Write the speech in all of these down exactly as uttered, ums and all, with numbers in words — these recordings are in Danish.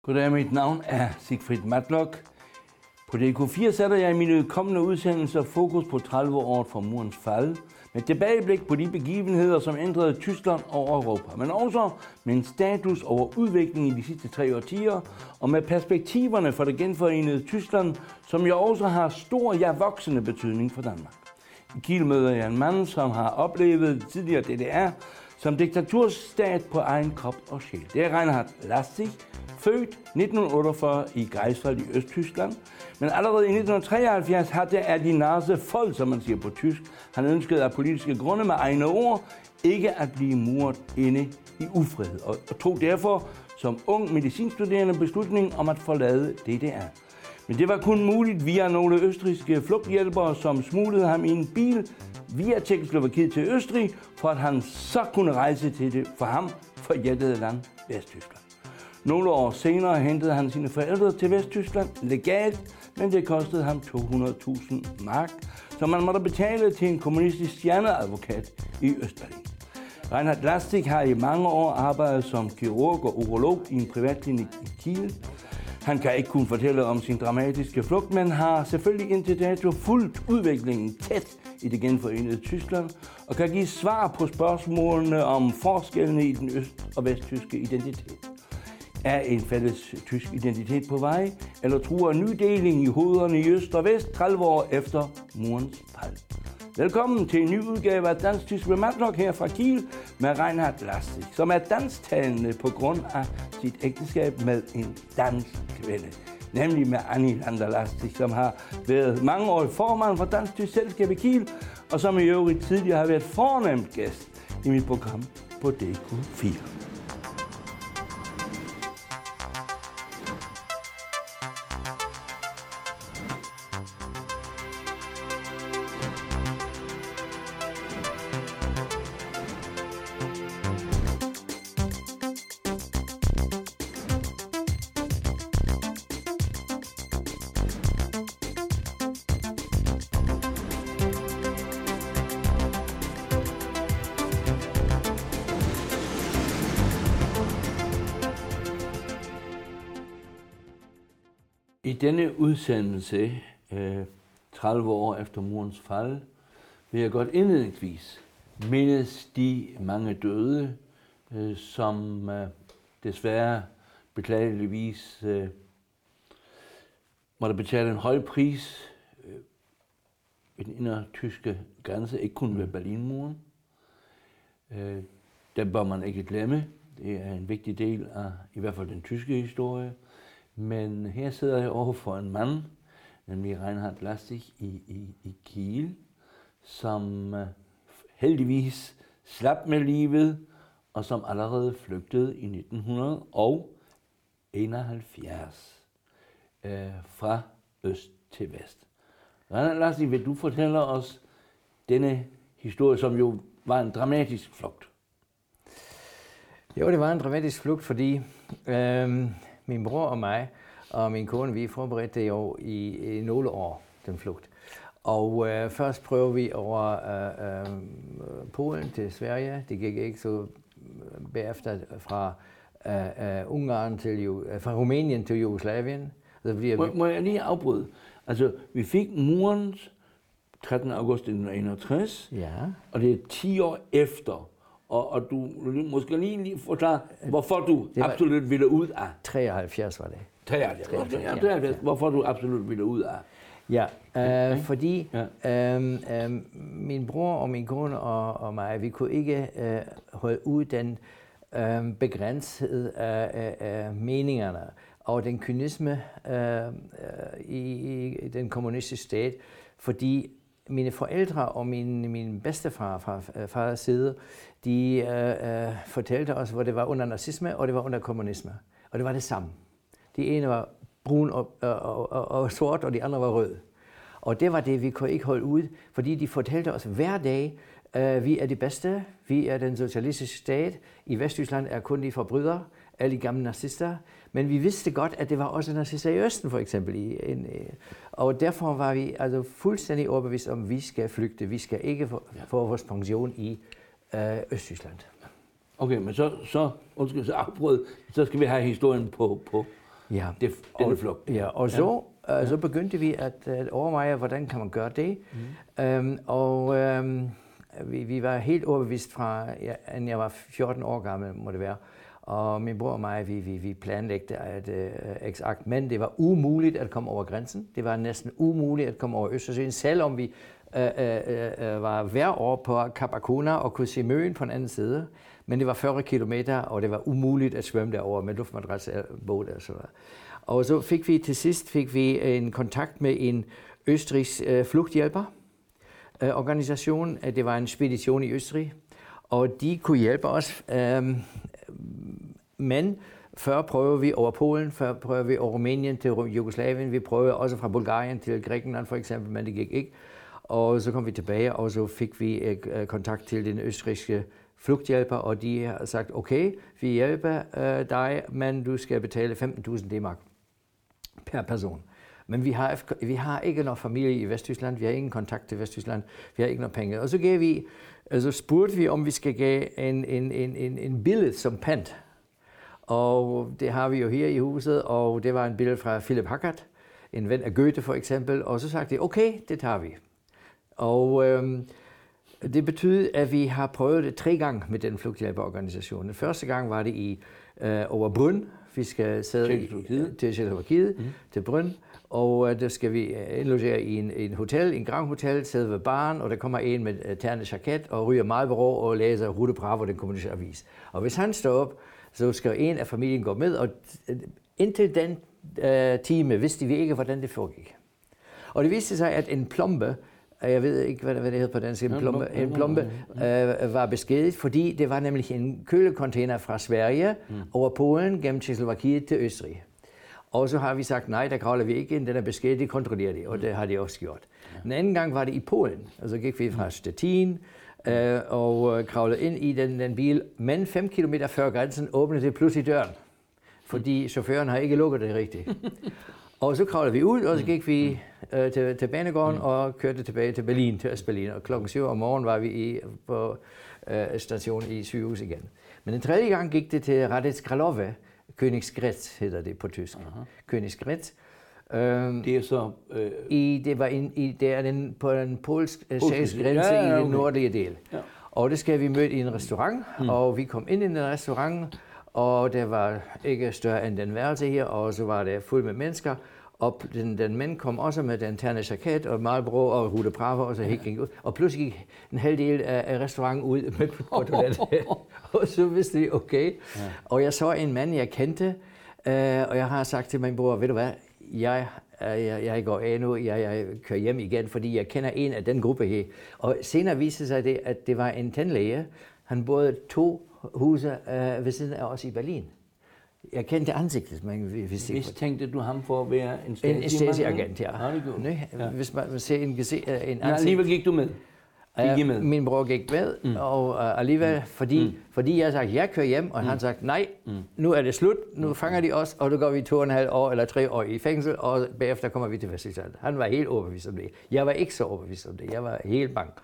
Goddag, mit navn er Siegfried Matlock. På D K fire sætter jeg i mine kommende udsendelser fokus på tredive år fra murens fald, med tilbageblik på de begivenheder, som ændrede Tyskland og Europa, men også med en status over udviklingen i de sidste tre årtier, og med perspektiverne for det genforenede Tyskland, som jo også har stor, ja voksende betydning for Danmark. I Kiel møder jeg en mand, som har oplevet det tidligere D D R som diktaturstat på egen krop og sjæl. Det er Reinhard Lastig, født nitten otteogfyrre i Greifswald i Østtyskland, men allerede i nitten treoghalvfjerds havde er de nase vold, som man siger på tysk. Han ønskede af politiske grunde med egne ord ikke at blive muret inde i ufrihed, og, og tog derfor som ung medicinstuderende beslutning om at forlade D D R. Men det var kun muligt via nogle østrigske flugthjælpere, som smuglede ham i en bil via Tjekkoslovakiet til Østrig, for at han så kunne rejse til det for ham forjættede land Vesttyskland. Nogle år senere hentede han sine forældre til Vesttyskland legalt, men det kostede ham to hundrede tusind mark, som man måtte betale til en kommunistisk stjerneadvokat i Østberlin. Reinhard Lastig har i mange år arbejdet som kirurg og urolog i en privatklinik i Kiel. Han kan ikke kun fortælle om sin dramatiske flugt, men har selvfølgelig indtil dato fulgt udviklingen tæt i det genforenede Tyskland, og kan give svar på spørgsmålene om forskellene i den øst- og vesttyske identitet. Er en fælles tysk identitet på vej, eller truer en nydeling i hovederne i øst og vest tredive år efter murens fald? Velkommen til en ny udgave af Dansk Tysk med Matlock her fra Kiel med Reinhard Lastig, som er dansktalende på grund af sit ægteskab med en dansk kvinde, nemlig med Annie Lander Lastig, som har været mange år formand for Dansk Tysk Selskab i Kiel, og som i øvrigt tidligere har været fornemt gæst i mit program på D K fire. I denne udsendelse, øh, tredive år efter murens fald, vil jeg godt indledningsvis mindes de mange døde, øh, som øh, desværre beklageligvis øh, måtte betale en høj pris øh, ved den indre tyske grænse, ikke kun ved Berlinmuren. Øh, den bør man ikke glemme. Det er en vigtig del af i hvert fald den tyske historie. Men her sidder jeg over for en mand, nemlig Reinhard Lastig i, i, i Kiel, som uh, heldigvis slap med livet, og som allerede flygtede i nitten enoghalvfjerds uh, fra øst til vest. Reinhard Lastig, vil du fortælle os denne historie, som jo var en dramatisk flugt? Jo, det var en dramatisk flugt, fordi øh, min bror og mig og min kone, vi forberedte det jo i, i nogle år, den flugt. Og øh, først prøvede vi over øh, øh, Polen til Sverige. Det gik ikke, så bagefter fra øh, øh, Ungarn til øh, fra Rumænien til Jugoslavien. Altså, fordi, må, må jeg lige afbryde? Altså, vi fik murens trettende august nitten enogtres, ja. Og det er ti år efter. Og, og du måske lige, lige forklare, hvorfor du var, absolut ville ud af. treoghalvfjerds var det. treoghalvfjerds, ja, treoghalvfjerds. Hvorfor du absolut ville ud af. Ja, øh, okay. fordi ja. Øh, øh, min bror og min kone og, og mig, vi kunne ikke øh, holde ud den øh, begrænsede øh, øh, meningerne og den kynisme øh, øh, i, i den kommunistiske stat, fordi mine forældre og min, min bedstefar fra fars side, de øh, øh, fortalte os, hvor det var under nazisme, og det var under kommunisme. Og det var det samme. De ene var brun og, og, og, og sort, og de andre var rød. Og det var det, vi kunne ikke holde ud, fordi de fortalte os hver dag, øh, vi er de bedste, vi er den socialistiske stat, i Vesttyskland er kun de forbrydere, alle de gamle nazister, men vi vidste godt, at det var også nazister i Østen, for eksempel. I en, og derfor var vi altså fuldstændig overbevist om, at vi skal flygte, vi skal ikke få, ja. få vores pension i øh, Østtyskland. Okay, men så, så, undskyld, så afbrød, så skal vi have historien på, på, ja. det, denne flugt. Ja, og så, ja. uh, så begyndte vi at, at overveje, hvordan kan man gøre det. Mm. Um, og um, vi, vi var helt overbevist fra, ja, at jeg var fjorten år gammel, må det være. Og min bror og mig, vi, vi, vi planlagde at uh, eksakt, men det var umuligt at komme over grænsen. Det var næsten umuligt at komme over Østersøen, selvom vi uh, uh, uh, var hver år på Kap Arkona og kunne se Møn på den anden side. Men det var fyrre kilometer, og det var umuligt at svømme derover med luftmadras og båd og sådan noget. Og så fik vi til sidst fik vi en kontakt med en østrigsk uh, flugthjælper uh, organisation. Det var en spedition i Østrig, og de kunne hjælpe os. Um, men før prøvede vi over Polen, før prøvede vi over Rumænien til Jugoslavien. Vi prøvede også fra Bulgarien til Grækenland for eksempel, men det gik ikke. Og så kom vi tilbage, og så fik vi uh, kontakt til den østrigske flugthjælper, og de har sagt, okay, vi hjælper uh, dig, men du skal betale femten tusind D-mark per person. Men vi har, vi har ikke noget familie i Vesttyskland, vi har ingen kontakt til Vesttyskland, vi har ikke noget penge. Og så, gav vi, så spurgte vi, om vi skal give en, en, en, en, en billede som pant. Og det har vi jo her i huset, og det var en billede fra Philipp Hackert, en ven af Goethe for eksempel, og så sagde de, okay, det tager vi. Og øhm, det betyder, at vi har prøvet det tre gange med den flugthjælperorganisation. Den første gang var det i øh, over Brünn. Vi skal sidde i, til Tjekkoslovakiet, mm. til Brünn, og uh, der skal vi indlogere i en, en hotel, en Grand Hotel, sidde ved baren, og der kommer en med uh, terne jacket og ryger Marlboro og læser Rute Bravo, den kommunistiske avis. Og hvis han står op, så skal en af familien gå med, og indtil den uh, time vidste vi ikke, hvordan det foregik. Og det viste sig, at en plombe, jeg ved ikke, hvad det hedder på dansk, en plombe, en plombe øh, var beskadiget, fordi det var nemlig en kølecontainer fra Sverige mm. over Polen gennem Tjekkoslovakiet til Østrig. Og så har vi sagt, nej, der kravler vi ikke ind, den er beskadiget, de kontrollerer det, og det har de også gjort. Ja. Den anden gang var det i Polen, og så gik vi fra Stettin øh, og kravlede ind i den, den bil, men fem kilometer før grænsen åbnede det pludselig døren, fordi chaufføren har ikke lukket det rigtigt. Og så kravlede vi ud, og så gik vi øh, til, til banegården mm. og kørte tilbage til Berlin, til Østberlin. Og klokken syv om morgenen var vi i, på øh, stationen i sygehus igen. Men den tredje gang gik det til Hradec Králové. Königsgrätz hedder det på tysk. Uh-huh. Königsgrätz. Øhm, det er så... Øh... I, det, var in, i, det er den, på den polsk-tjekkiske grænse ja, ja, okay. i den nordlige del. Ja. Og det skal vi møde i en restaurant, mm. og vi kom ind i den restaurant, og det var ikke større end den værelse her, og så var det fuld med mennesker. Og den, den mænd kom også med den terne jacket og Marlboro og Rute Bravo, og så helt gik ud. Og pludselig gik en halv del af, af restauranten ud med på toilettet. Og så vidste vi, okay. Ja. Og jeg så en mand, jeg kendte, øh, og jeg har sagt til min bror, ved du hvad, jeg, jeg, jeg går af nu, jeg, jeg kører hjem igen, fordi jeg kender en af den gruppe her. Og senere viste sig det, at det var en tandlæge. Han boede to huse øh, ved siden af os i Berlin. Jeg kendte ansigtet, men vi vidste ikke. Tænkte du ham for at være en Stasi-agent? En Stasi-agent, ja. Ja, det Nej, ja. Hvis man ser en, en ansigt... Ja, alligevel gik du med? Gik med? Min bror gik med, mm. og uh, alligevel, mm. fordi, mm. fordi jeg sagde, jeg kører hjem, og mm. han sagde, nej, mm. nu er det slut, nu mm. fanger de os, og nu går vi to og en halv år eller tre år i fængsel, og bagefter kommer vi til Vesttyskland. Han var helt overbevist om det. Jeg var ikke så overbevist om det. Jeg var helt bange.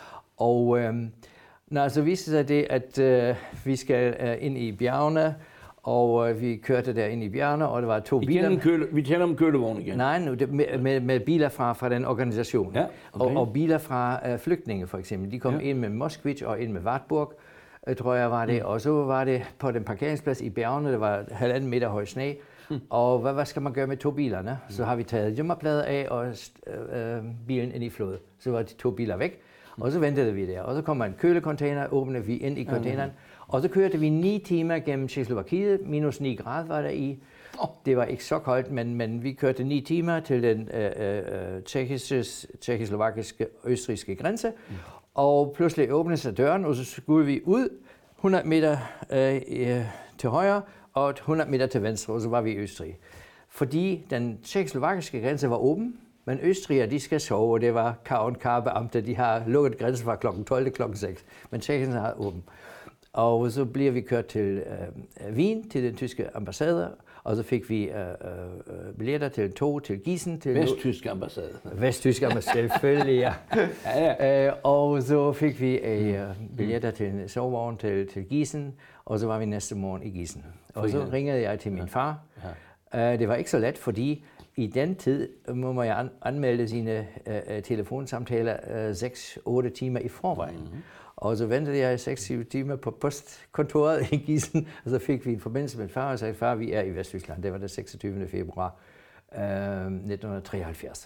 Og øhm, når så viste sig det, at øh, vi skal øh, ind i bjergene, og øh, vi kørte der ind i bjergene, og der var to biler. Køle, vi taler om kølevogn igen. Nej, nu, det, med, med, med biler fra, fra den organisation. Ja, okay. og, og biler fra øh, flygtninge for eksempel. De kom ja. ind med Moskvich og ind med Wartburg, øh, tror jeg var det. Mm. Og så var det på den parkeringsplads i bjergene, der var halvanden meter høj sne. Mm. Og hvad, hvad skal man gøre med to bilerne? Mm. Så har vi taget nummerplader af og øh, bilen ind i floden. Så var de to biler væk. Mm. Og så ventede vi der. Og så kom en kølecontainer, åbnede vi ind i containeren. Mm. Og så kørte vi ni timer gennem Tjekkoslovakiet, minus ni grader var der i. Det var ikke så koldt, men, men vi kørte ni timer til den øh, øh, tjekkoslovakiske østrigske grænse. Mm. Og pludselig åbnede sig døren, og så skulle vi ud hundrede meter øh, øh, til højre og hundrede meter til venstre, og så var vi i Østrig. Fordi den tjekkoslovakiske grænse var åben, men østrigere, de skal sove, og det var K og K-beamte, de har lukket grænsen fra klokken tolv til klokken seks, men tjekkerne har åben. Og så bliver vi kørt til øh, Wien, til den tyske ambassade, og så fik vi øh, øh, billetter til tog til Gießen. Til Vesttyske ambassade. Vesttyske ambassade, selvfølgelig, ja. ja, ja. Øh, og så fik vi øh, billetter til en sovevogn til, til Gießen, og så var vi næste morgen i Gießen. Og så ringede jeg til min far, Uh, det var ikke så let, fordi i den tid må man an- anmelde sine uh, telefonsamtaler uh, seks otte timer i forvejen. Mm-hmm. Og så ventede jeg seks syv timer på postkontoret i Gießen, og så fik vi en forbindelse med far og sagde, far, vi er i Vesttyskland. Det var den seksogtyvende februar uh, nitten treoghalvfjerds.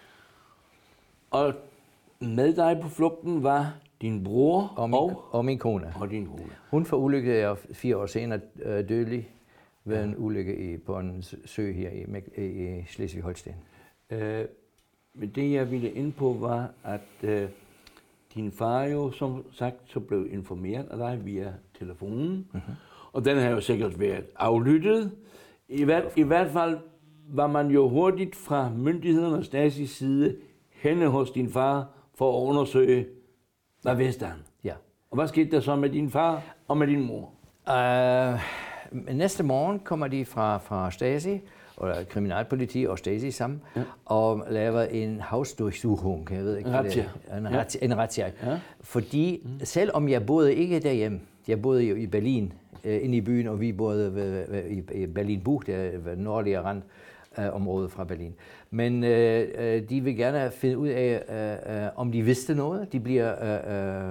Og med dig på flugten var din bror og min, og, og min kone. Og din kone. Hun forulykkede jeg fire år senere øh, dødelig ved en ulykke i, på en sø her i, i Slesvig-Holsten. Øh, men det jeg ville ind på var, at øh, din far jo som sagt så blev informeret af dig via telefonen, mm-hmm. og den har jo sikkert været aflyttet. I hvert, I hvert fald var man jo hurtigt fra myndighederne og Stasis side henne hos din far for at undersøge, hvad vidste han? Ja. Og hvad skete der så med din far og med din mor? Uh, næste morgen kommer de fra, fra Stasi, eller kriminalpoliti og Stasi sammen, ja. og laver en Hausdurchsuchung. Jeg ved ikke, en razzia. En razzia. Ja. En razzia. Ja. Fordi mm. selvom jeg boede ikke derhjemme, jeg boede jo i Berlin, øh, inde i byen, og vi boede ved, ved, i Berlin Bucht, det er nordlige rand området fra Berlin. Men øh, de vil gerne finde ud af, øh, øh, om de vidste noget. De bliver, øh,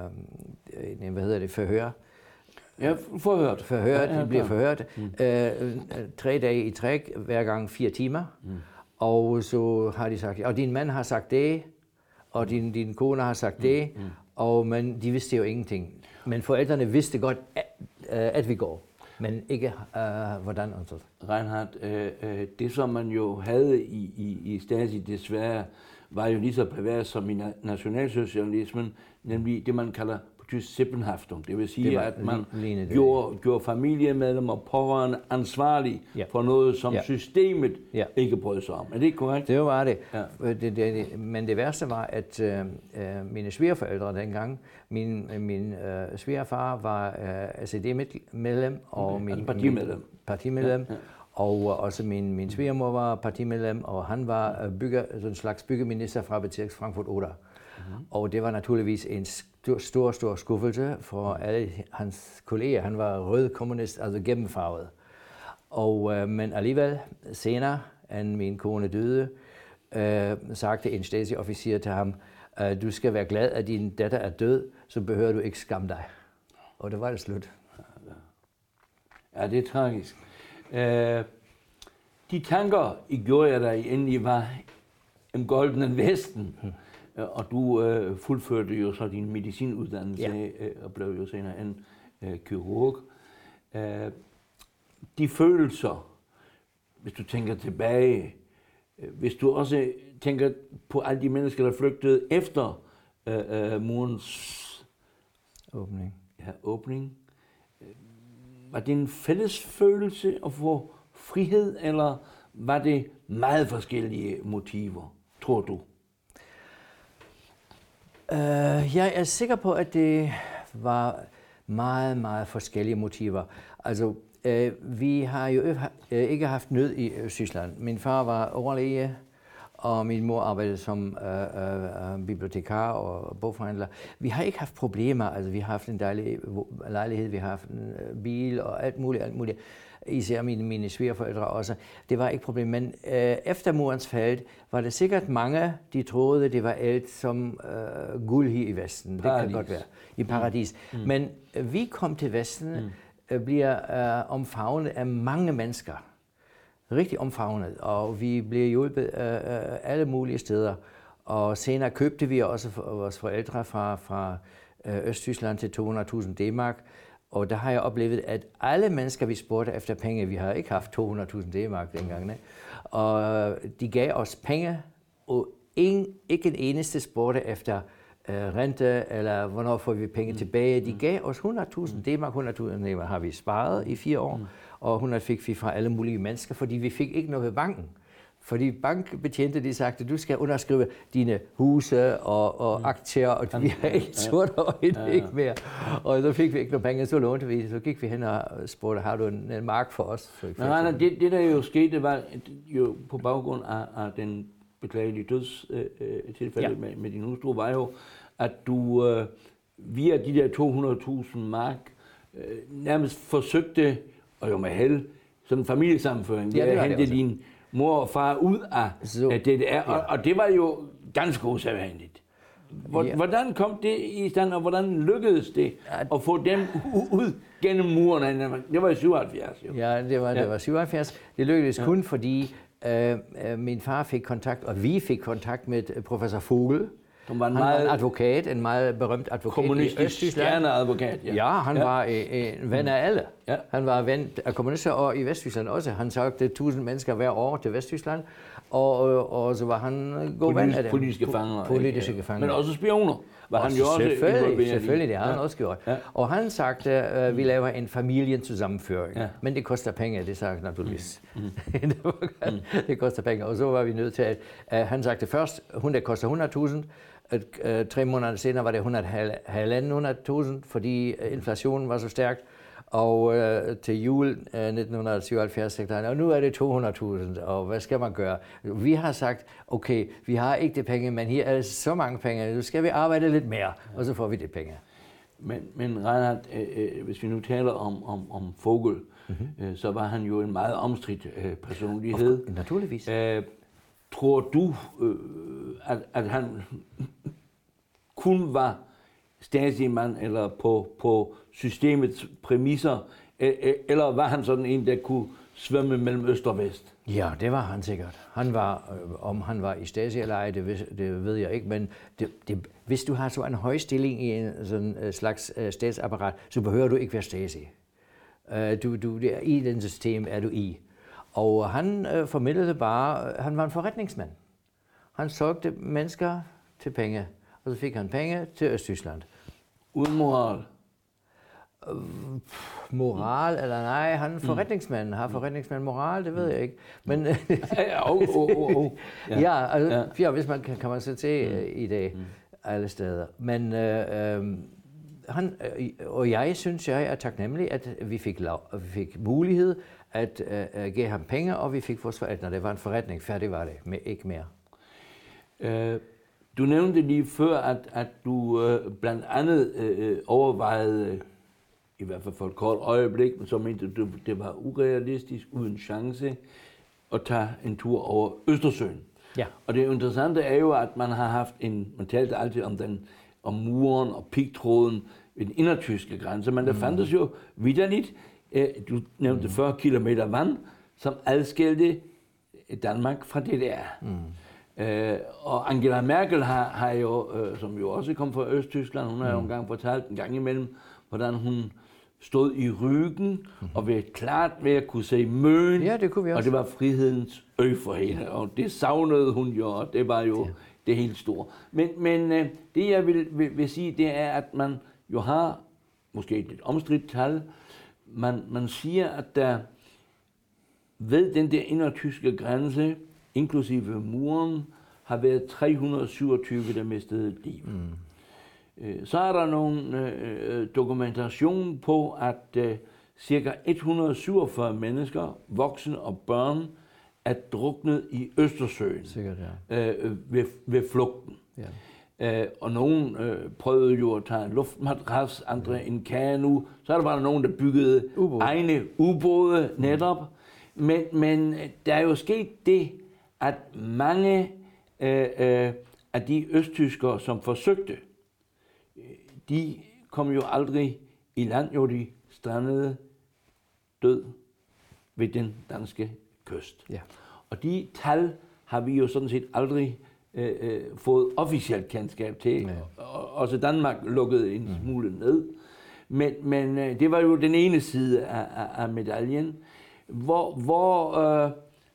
øh, hvad hedder det, forhør. Ja, forhørt. Forhørt, de bliver forhørt. Mm. Øh, tre dage i træk, hver gang fire timer. Mm. Og så har de sagt, og din mand har sagt det, og din, din kone har sagt mm. det, mm. og men de vidste jo ingenting. Men forældrene vidste godt, at, at vi går. Men ikke uh, hvordan og så. Reinhard, øh, øh, det som man jo havde i, i, i Stasi desværre, var jo lige så pervers som i na- nationalsocialismen, nemlig det man kalder på tysk Sippenhaftung. Det vil sige, det at man li- gjorde, gjorde familiemedlemmer og pårørende ansvarlige ja. for noget, som ja. systemet ja. ikke brød sig om. Er det ikke korrekt? Det var det. Ja. det, det, det men det værste var, at øh, mine svigerforældre dengang, min, min øh, svigerfar var øh, S E D-medlem, og okay. min, altså partimedlem, min, partimedlem ja, ja. og uh, også min, min svigermor var partimedlem, og han var uh, bygger, sådan en slags byggeminister fra Bezirks Frankfurt-Oder. Mm-hmm. Og det var naturligvis en stor, stor, stor skuffelse for alle hans kolleger. Han var rød kommunist, altså gennemfarvet. Og, uh, men alligevel, senere, end min kone døde, uh, sagde en Stasi-officer til ham, uh, du skal være glad, at din datter er død, så behøver du ikke skamme dig. Og det var det slut. Ja, det er tragisk. Uh, de tanker, I gjorde jer der egentlig var en golden vesten, hmm. uh, og du uh, fuldførte jo så din medicinuddannelse ja. uh, og blev jo senere en uh, kirurg. Uh, de følelser, hvis du tænker tilbage, uh, hvis du også tænker på alle de mennesker, der flygtede efter uh, uh, murens åbning. Ja, åbning. Var det en fælles følelse at få frihed, eller var det meget forskellige motiver, tror du? Uh, jeg er sikker på, at det var meget, meget forskellige motiver. Altså, uh, vi har jo uh, ikke haft nød i Østtyskland. Min far var overlæge, og min mor arbejdede som uh, uh, bibliotekar og bogforhandler. Vi har ikke haft problemer. Altså, vi har haft en dejlig lejlighed, vi har haft en uh, bil og alt muligt, alt muligt. Især mine, mine svigerforældre også. Det var ikke et problem. Men uh, efter murens fald var det sikkert mange, de troede, det var alt som uh, guld her i Vesten. Paradis. Det kan godt være. I paradis. Mm. Mm. Men uh, vi kom til Vesten, mm. uh, bliver uh, omfavnet af mange mennesker. Rigtig omfavnet, og vi blev hjulpet af uh, alle mulige steder. Og senere købte vi også for, vores forældre fra, fra uh, Østtyskland til to hundrede tusind D-mark. Og der har jeg oplevet, at alle mennesker, vi spurgte efter penge, vi har ikke haft to hundrede tusind D-mark dengang, ne? Og de gav os penge, og en, ikke en eneste spurgte efter uh, rente, eller hvornår får vi penge tilbage. De gav os hundrede tusind D-mark, hundrede tusind D-mark har vi sparet i fire år. Og hundrede fik vi fra alle mulige mennesker, fordi vi fik ikke noget ved banken. Fordi bankbetjente, de sagde, du skal underskrive dine huse og, og aktier, og vi har ikke sort og ja, ja. ikke mere. Og så fik vi ikke noget penge, så lånte vi, så gik vi hen og spurgte, har du en, en mark for os? For nej, nej, det, det der jo skete, var jo på baggrund af, af den beklagelige dødstilfælde ja. med, med din hustru, var jo, at du øh, via de der to hundrede tusind mark øh, nærmest forsøgte, og jo med held, sådan en familiesammenføring. Ja, det at var det hente også. din mor og far ud af, Så- af det, det er. ja. Og, og det var jo ganske usædvanligt. Hvor- Ja. Hvordan kom det i stand, og hvordan lykkedes det at få dem u- ud gennem muren? Det var i syvoghalvfjerds, jo. Ja, det var, Ja. det var syvoghalvfjerds. Det lykkedes kun fordi øh, øh, min far fik kontakt, og vi fik kontakt med øh, professor Vogel. Som var en Han var en meget advokat, en meget berømt advokat i kommunistisk Østtyskland. stjerneadvokat. Ja, han Ja. var øh, en ven af alle. Ja. Han var ven af kommunister, og i Vesttyskland også. Han sagde tusind mennesker hver år til Vesttyskland, og, øh, og så var han god ven af dem. Politiske fanger. Politiske ikke? fanger. Men også spioner. Var han jo også selvfølgelig, involveret i. selvfølgelig, det har han Ja. også gjort. Ja. Og han sagde, at uh, vi laver en familiensammenføring, Ja. men det koster penge, det sagde han naturligvis. Mm. det, var, det koster penge, og så var vi nødt til at, uh, han sagde først, hun det koster hundrede tusind, at, uh, tre måneder senere var det hundrede tusind, fordi uh, inflationen var så stærk, og uh, til jul uh, nitten syvoghalvfjerds sagde han, og nu er det to hundrede tusind, og hvad skal man gøre? Vi har sagt, okay, vi har ikke det penge, men her er så mange penge, nu skal vi arbejde lidt mere, og så får vi det penge. Men, men Reinhard, øh, øh, hvis vi nu taler om, om, om Vogel, mm-hmm. øh, så var han jo en meget omstridt øh, personlighed. Of, naturligvis. Øh, tror du, øh, at, at han kun var Stasi-mand, eller på, på systemets præmisser, øh, øh, eller var han sådan en, der kunne svømme mellem øst og vest? Ja, det var han sikkert. Han var, øh, om han var i Stasi eller ej, det, ved- det ved jeg ikke, men det, det, hvis du har så en høj stilling i en sådan uh, slags uh, statsapparat, så behøver du ikke være Stasi. Uh, du, du, det er, I den system er du i. Og han uh, formidlede bare, uh, han var en forretningsmand. Han solgte mennesker til penge, og så fik han penge til Østtyskland. Uden moral. Moral eller nej, han er forretningsmand. Har forretningsmand moral, det ved jeg ikke. Men Ja, oh, oh, oh, oh. ja, ja, altså, Ja. ja, hvis man kan, kan man så se mm. i dag mm. alle steder. Men øh, øh, han, øh, og jeg synes, jeg er taknemmelig, at vi fik, lov, vi fik mulighed at øh, give ham penge, og vi fik vores forældre. Det var en forretning, færdig var det, men ikke mere. Øh, du nævnte lige før, at, at du øh, blandt andet øh, overvejede, øh, i hvert fald for et kort øjeblik, men så mente du, det var urealistisk, uden chance, at tage en tur over Østersøen. Ja. Og det interessante er jo, at man har haft en, man talte altid om den, om muren og pigtråden ved den indertyske grænse, men der mm. fandtes jo vitterligt, øh, du nævnte mm. fyrre kilometer vand, som adskilte Danmark fra D D R. Mm. Øh, og Angela Merkel har, har jo, øh, som jo også kom fra Østtyskland, hun har jo engang fortalt en gang imellem, hvordan hun stod i Rügen mm-hmm. og ved klart ved at kunne se Møn, Ja, det kunne vi også. og det var frihedens ø for hende, og det savnede hun jo, og det var jo ja. det helt store. Men, men øh, det jeg vil, vil, vil sige, det er, at man jo har, måske et lidt omstridt tal, man, man siger, at der ved den der indertyske grænse, inklusive muren, har været tre hundrede og syvogtyve, der mistede livet. Mm. Så er der nogle øh, dokumentation på, at øh, ca. et hundrede og syvogfyrre mennesker, voksne og børn, er druknet i Østersøen. Sikkert, ja. øh, ved, ved flugten. Ja. Øh, og nogen øh, prøvede jo at tage en luftmadras, andre en kano. Så er der bare nogen, der byggede Ubåde. egne ubåde netop. Men, men der er jo sket det, at mange øh, øh, af de østtyskere, som forsøgte, de kom jo aldrig i land, jo de strandede død ved den danske kyst. Ja. Og de tal har vi jo sådan set aldrig øh, øh, fået officielt kendskab til. Ja. Og, også Danmark lukkede en smule ned. Men, men øh, det var jo den ene side af, af, af medaljen. Hvor, hvor øh,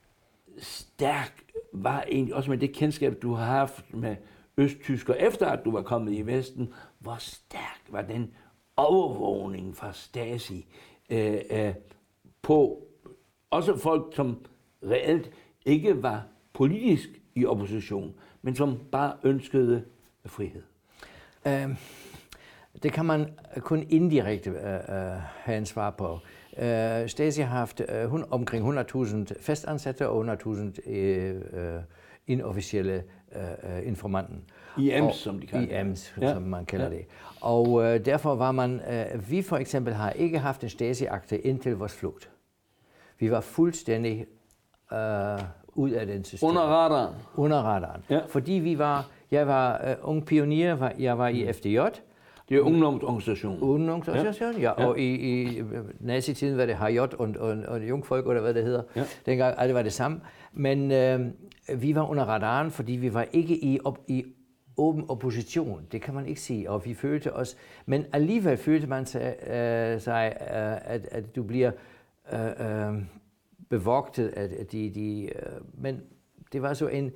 stærk var egentlig, også med det kendskab, du har haft med østtysker, efter at du var kommet i Vesten, hvor stærk var den overvågning fra Stasi øh, øh, på også folk, som reelt ikke var politisk i opposition, men som bare ønskede frihed? Um, det kan man kun indirekte uh, uh, have en svar på. Uh, Stasi har haft uh, hun, omkring hundrede tusind fastansatte og hundrede tusind uh, uh, inofficielle uh, informanter. I E Ms, som de kalder det. I E Ms, Ja. som man kalder Ja. det. Og uh, derfor var man, uh, vi for eksempel har ikke haft en Stasi-akte indtil vores flugt. Vi var fuldstændig øh, ud af den system. Under radaren? Under radaren. Ja. Fordi vi var, jeg var uh, ung pionier, jeg var i F D J. Det er ungdomsorganisationen. Ungdomsorganisationen, ja. ja. Og i, i nazitiden var det H J og, og, og Jungfolk, eller hvad det hedder. Ja. Dengang alt var det samme. Men øh, vi var under radaren, fordi vi var ikke i, op, i åben opposition. Det kan man ikke sige. Og vi følte os... Men alligevel følte man sig, øh, sig øh, at, at du bliver øh, øh, bevogtet af de... de øh, men det var så en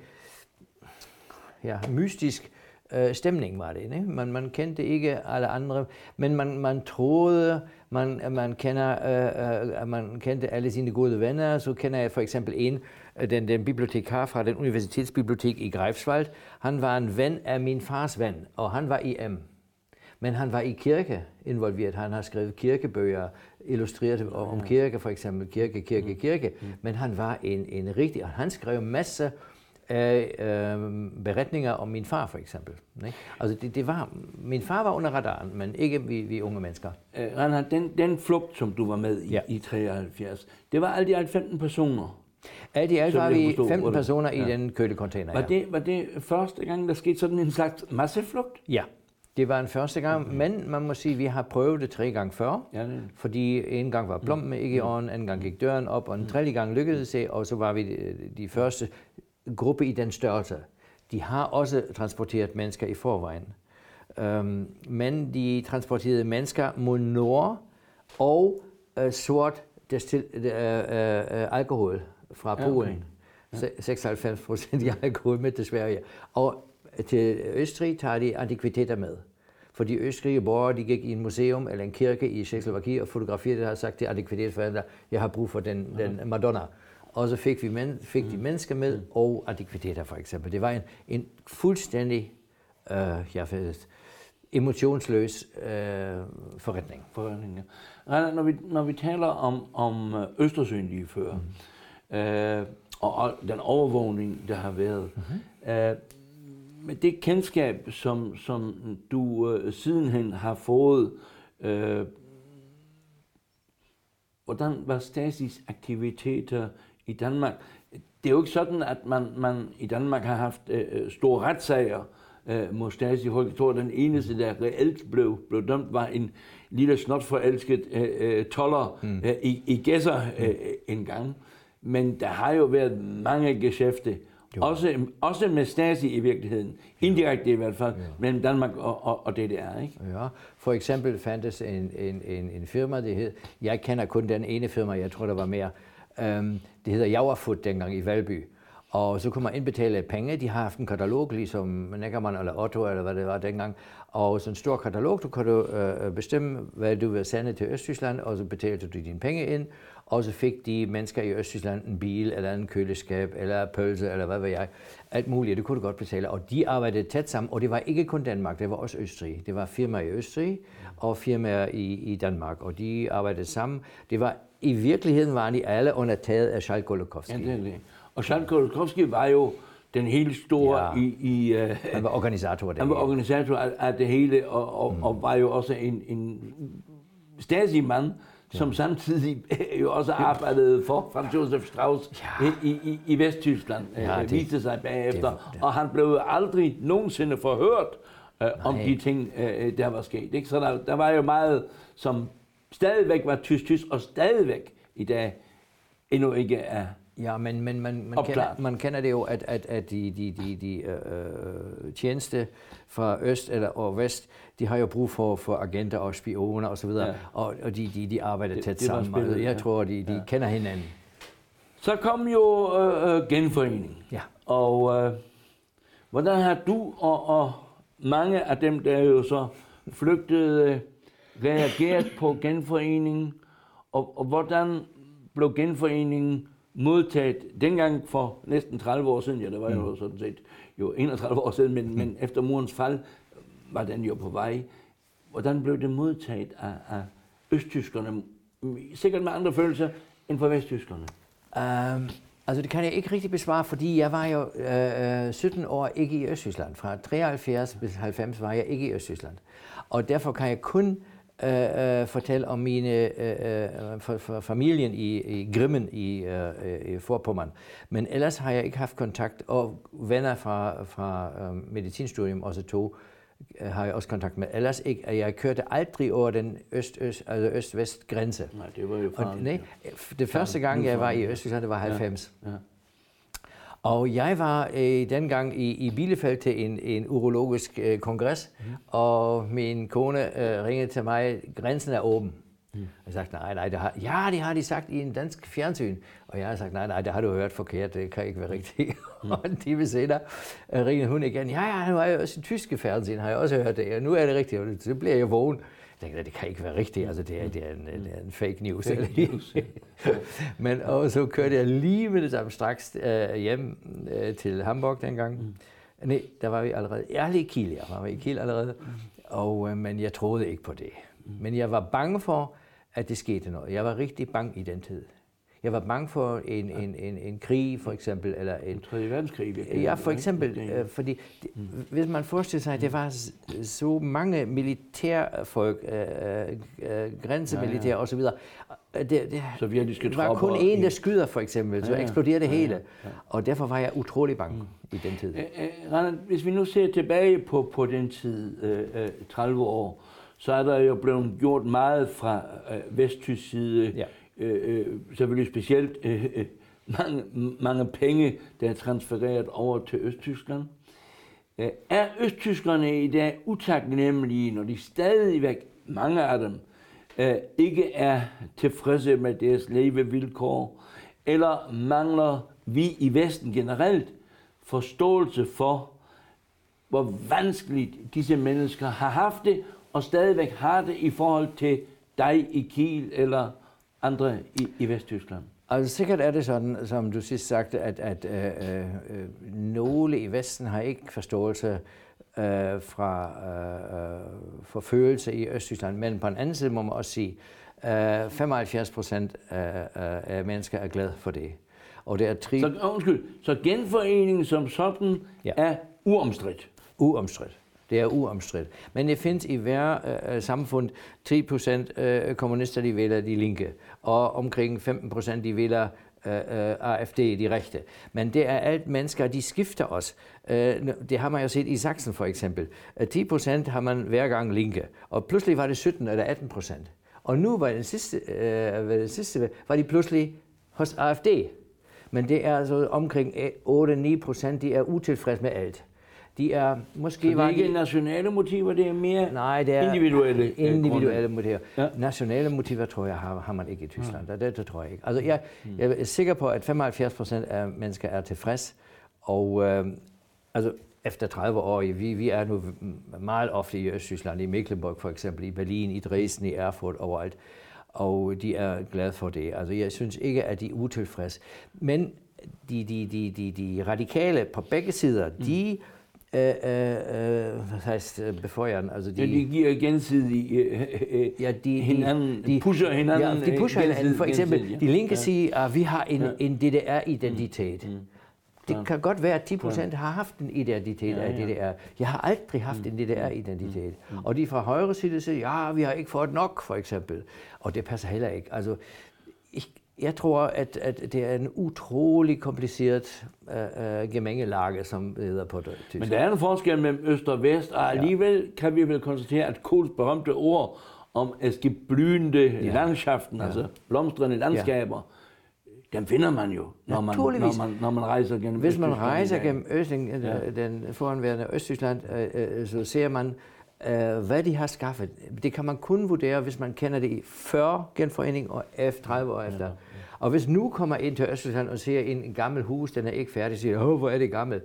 ja, mystisk stemning var det, ikke? Man, man kendte ikke alle andre, men man, man troede, man, man, kender, uh, man kendte alle sine gode venner. Så kender jeg for eksempel en, den, den bibliotekar fra den universitetsbibliotek i Greifswald. Han var en ven af min fars ven, og han var I M. Men han var i kirke involveret. Han har skrevet kirkebøger, illustreret om kirke, for eksempel kirke, kirke, kirke. Men han var en, en rigtig, og han skrev masser af øh, beretninger om min far, for eksempel. Ikke? Altså det, det var, min far var under radaren, men ikke vi, vi unge mennesker. Øh, Reinhard, den, den flugt, som du var med i, ja. i treoghalvfjerds, det var alt i alt femten personer? Alt i alt var vi femten personer i ja. den kølecontainer, var det, var det første gang, der skete sådan en slags masseflugt? Ja, det var en første gang, okay. Men man må sige, at vi har prøvet det tre gange før, ja, det. fordi en gang var plomben mm. ikke i orden, anden gang gik døren op, og en tredje gang lykkedes det, og så var vi de, de første gruppe i den størrelse. De har også transporteret mennesker i forvejen. Um, men de transporterede mennesker mod nord og uh, sort destil, uh, uh, uh, alkohol fra Polen. Okay. Ja. seksoghalvfems procent i alkohol med til Sverige. Og til Østrig tager de antikviteter med. Fordi østrige borgere, de gik i en museum eller en kirke i Tjekkoslovakiet og fotograferede det og har sagt til antikvitetsforhandler, jeg har brug for den, okay. den Madonna. Og så fik, vi men, fik de mennesker med, og antikviteter for eksempel. Det var en, en fuldstændig øh, jeg ved, emotionsløs øh, forretning. forretning ja. når, vi, når vi taler om, om Østersøen lige før, mm. øh, og, og den overvågning, der har været, mm-hmm. øh, med det kendskab, som, som du øh, sidenhen har fået, øh, hvordan var Stasis aktiviteter i Danmark? Det er jo ikke sådan, at man, man i Danmark har haft øh, store retssager øh, mod Stasi. Jeg tror, den eneste, der reelt blev, blev dømt, var en lille snotforelsket øh, toller mm. øh, i, i Gæsser øh, en gang. Men der har jo været mange geschæfte, også, også med Stasi i virkeligheden, indirekte i hvert fald, ja. mellem Danmark og, og, og D D R, ikke? Ja, for eksempel fandtes en, en, en, en firma, det hed, jeg kender kun den ene firma, jeg tror, der var mere, um, det hedder Jauerfoot dengang i Valby. Og så kunne man indbetale penge, de har haft en katalog, ligesom Neckermann eller Otto, eller hvad det var dengang. Og sådan en stor katalog, du kunne øh, bestemme, hvad du vil sende til Østtyskland, og så betalte du dine penge ind. Og så fik de mennesker i Østtyskland en bil, eller en køleskab, eller pølse, eller hvad ved jeg. Alt muligt, det kunne du godt betale. Og de arbejdede tæt sammen, og det var ikke kun Danmark, det var også Østrig. Det var firmaer i Østrig og firmaer i, i Danmark, og de arbejdede sammen. Det var, i virkeligheden var de alle under taget af Charles Golokowski. Ja, det er det. Og Charles Golokowski var jo den helt store ja. i... i uh, han var organisator af det Han var organisator af, af det hele, og, og, mm. og var jo også en, en Stasi-mand, ja. som samtidig jo også arbejdede for Franz Josef Strauss ja. i, i, i Vesttyskland, ja, det, viste sig bagefter. Det, det. Og han blev aldrig nogensinde forhørt uh, om de ting, uh, der var sket. Ikke? Så der, der var jo meget, som stadigvæk var tysk-tysk, og stadigvæk i dag endnu ikke er... Ja, men, men man, man, kender, man kender det jo, at, at, at de, de, de, de øh, tjeneste fra øst eller og vest, de har jo brug for, for agenter og spioner osv., og, ja. og, og de, de, de arbejder tæt det, det sammen. Altså, jeg ja. tror, de, de ja. kender hinanden. Så kom jo øh, genforening. Ja. Og øh, hvordan har du og, og mange af dem, der jo så flygtede, reageret på genforeningen, og, og hvordan blev genforeningen modtaget dengang for næsten tredive år siden, ja, det var jo mm. sådan set jo enogtredive år siden, men, mm. men efter murens fald var den jo på vej. Hvordan blev det modtaget af, af østtyskerne? Sikkert med andre følelser end for vesttyskerne. Um, altså det kan jeg ikke rigtig besvare, fordi jeg var jo øh, sytten år ikke i Østtyskland. Fra treoghalvfjerds til halvfems var jeg ikke i Østtyskland. Og derfor kan jeg kun øh, øh, fortælle om mine øh, for, for familien i, i Grimmen i, øh, i Vorpommern. Men ellers har jeg ikke haft kontakt, og venner fra, fra øh, medicinstudium, også to, øh, har jeg også kontakt med. Ellers ikke. Jeg kørte aldrig over den øst-øst, altså øst-vest grænse. Nej, det var jo farligt. Nej, det første gang, jeg var i Østtyskland, det var halvfems. Ja, ja. Og jeg var øh, dengang i, i Bielefeld til en, en urologisk øh, kongres, mm. og min kone øh, ringede til mig, grænsen er åben. Mm. Jeg sagde, nej, nej, det har, ja, det har de sagt i en dansk fjernsyn. Og jeg har sagt, nej, nej, det har du hørt forkert, det kan ikke være rigtigt. Mm. Og en time senere øh, ringede hun igen, ja, ja, nu er jeg også i tyske fjernsyn, har jeg også hørt det, og nu er det rigtigt, og så bliver jeg vågen. Jeg tænkte, det kan ikke være rigtigt, altså det er, det er, en, det er en fake news. Fake news. Men og så kørte jeg lige med det samme straks øh, hjem øh, til Hamburg dengang. Mm. Nej, der var vi allerede, jeg i Kiel, jeg var i Kiel allerede, mm. og, øh, men jeg troede ikke på det. Mm. Men jeg var bange for, at det skete noget. Jeg var rigtig bange i den tid. Jeg var bange for en, ja. en, en, en krig, for eksempel. Eller en tredje verdenskrig. Ja, for eksempel. Øh, fordi det, mm. hvis man forestiller sig, at det var så mange militærfolk, øh, øh, grænsemilitær ja, ja. osv. Det, det Sovjetiske var kun en, der skyder, for eksempel, så ja, ja. eksploderer det hele. Ja, ja. Og derfor var jeg utrolig bange mm. i den tid. Øh, Reinhard, hvis vi nu ser tilbage på, på den tid, øh, tredive år, så er der jo blevet gjort meget fra øh, vesttysk side. Ja. Øh, selvfølgelig specielt øh, øh, mange, mange penge, der er transfereret over til Østtyskland. Øh, er østtyskerne i dag utaknemmelige, når de stadigvæk, mange af dem, øh, ikke er tilfredse med deres levevilkår, eller mangler vi i Vesten generelt forståelse for, hvor vanskeligt disse mennesker har haft det, og stadigvæk har det i forhold til dig i Kiel, eller andre i, i Vesttyskland? Altså sikkert er det sådan, som du sidst sagde, at, at øh, øh, nogle i Vesten har ikke forståelse øh, fra øh, forfølgelse i Østtyskland, men på den anden side må man også sige, øh, femoghalvfjerds procent af, af mennesker er glade for det. Og det er tri- så, undskyld, så genforeningen som sådan ja. er uomstridt? Uomstridt. Det er uomstridt. Men det findes i hver øh, samfund tre procent øh, kommunister, de vælger de linke, og omkring femten procent, de vælger øh, A F D, de rechte. Men det er alt mennesker, de skifter os. Øh, det har man jo set i Sachsen for eksempel. ti procent har man hver gang linke, og pludselig var det sytten eller atten procent. Og nu var det sidste, øh, det sidste var de pludselig hos A F D. Men det er altså omkring otte til ni procent, de er utilfredse med alt. De er måske så det er ikke de, nationale motiver, det er mere nej, det er individuelle, individuelle motiver. Ja. Nationale motiver, tror jeg, har, har man ikke i Tyskland. Ja. Det, det tror jeg ikke. Altså, jeg, jeg er sikker på, at femoghalvfjerds procent af mennesker er tilfreds. Og øh, altså, efter tredive år, vi, vi er nu meget ofte i Østtyskland, i Mecklenburg for eksempel, i Berlin, i Dresden, i Erfurt, overalt. Og de er glade for det. Altså, jeg synes ikke, at de er utilfredse. Men de, de, de, de, de radikale på begge sider, mm. de Øh, øh, hvad heißt befeuern? Altså de, ja, de giver gensidigt øh, øh, ja, de, hinanden, de pusher hinanden. Ja, de pusher hinanden. For eksempel, ja. De linke ja. siger, at vi har en, ja. en D D R-identitet. Mm. Mm. Det ja. kan godt være, at ti procent ja. har haft en identitet ja, ja. af D D R. Jeg har aldrig haft mm. en D D R-identitet. Mm. Og de fra højre side siger, ja, vi har ikke fået nok, for eksempel. Og det passer heller ikke. Altså, ich, Jeg tror, at, at det er en utrolig kompliceret uh, gemengelage, som det hedder på det tysk. Men der er en forskel mellem øst og vest, og alligevel ja. kan vi vel konstatere, at Kohls berømte ord om es gibt blühende ja. Landschaften, ja. altså blomstrende landskaber, ja. dem finder man jo, når man, når man, når man rejser gennem Hvis man rejser gennem Østling, ja. den foranværende Østtyskland, uh, så ser man, Uh, hvad de har skaffet. Det kan man kun vurdere, hvis man kender det før genforening og efter tredive år efter. Ja, ja. Og hvis nu kommer ind til Østtyskland og ser en, en gammel hus, den er ikke færdig, siger, åh, hvor er det gammelt.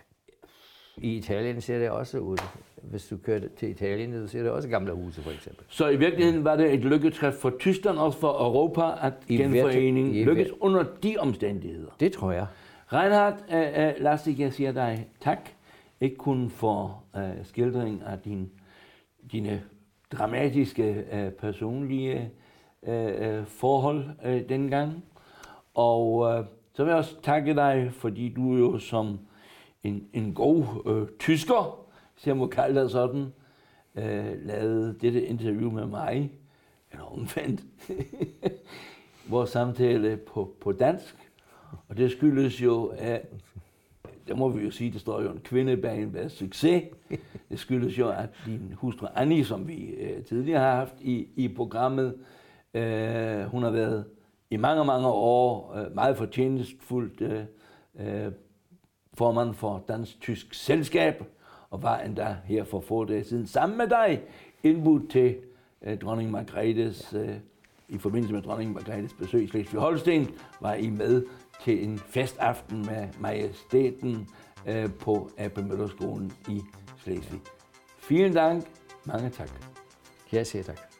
I Italien ser det også ud. Hvis du kører til Italien, så ser det også gamle huse, for eksempel. Så i virkeligheden var det et lykketræf for Tyskland, også for Europa, at genforeningen lykkes under de omstændigheder? Det tror jeg. Reinhard, uh, uh, lad os jeg siger dig tak. Ikke kun for uh, skildring af din dine dramatiske øh, personlige øh, forhold øh, dengang. Og øh, så vil jeg også takke dig, fordi du jo som en, en god øh, tysker, hvis jeg må kalde dig sådan, øh, lavede dette interview med mig, eller omvendt, vores samtale på, på dansk. Og det skyldes jo, at, der må vi jo sige, der står jo en kvinde bag en succes. Det skyldes jo, at din hustru Annie, som vi øh, tidligere har haft i, i programmet, øh, hun har været i mange, mange år øh, meget fortjenestfuldt øh, øh, formand for Dansk-Tysk Selskab, og var endda her for få dage siden sammen med dig indbudt til øh, dronning Margrethes, øh, i forbindelse med dronning Margrethes besøg i Slesvig-Holsten, var I med til en festaften med majestæten øh, på A P Møller Skolen i Slesvig. Vielen Dank. Mange tak. Jeg siger tak.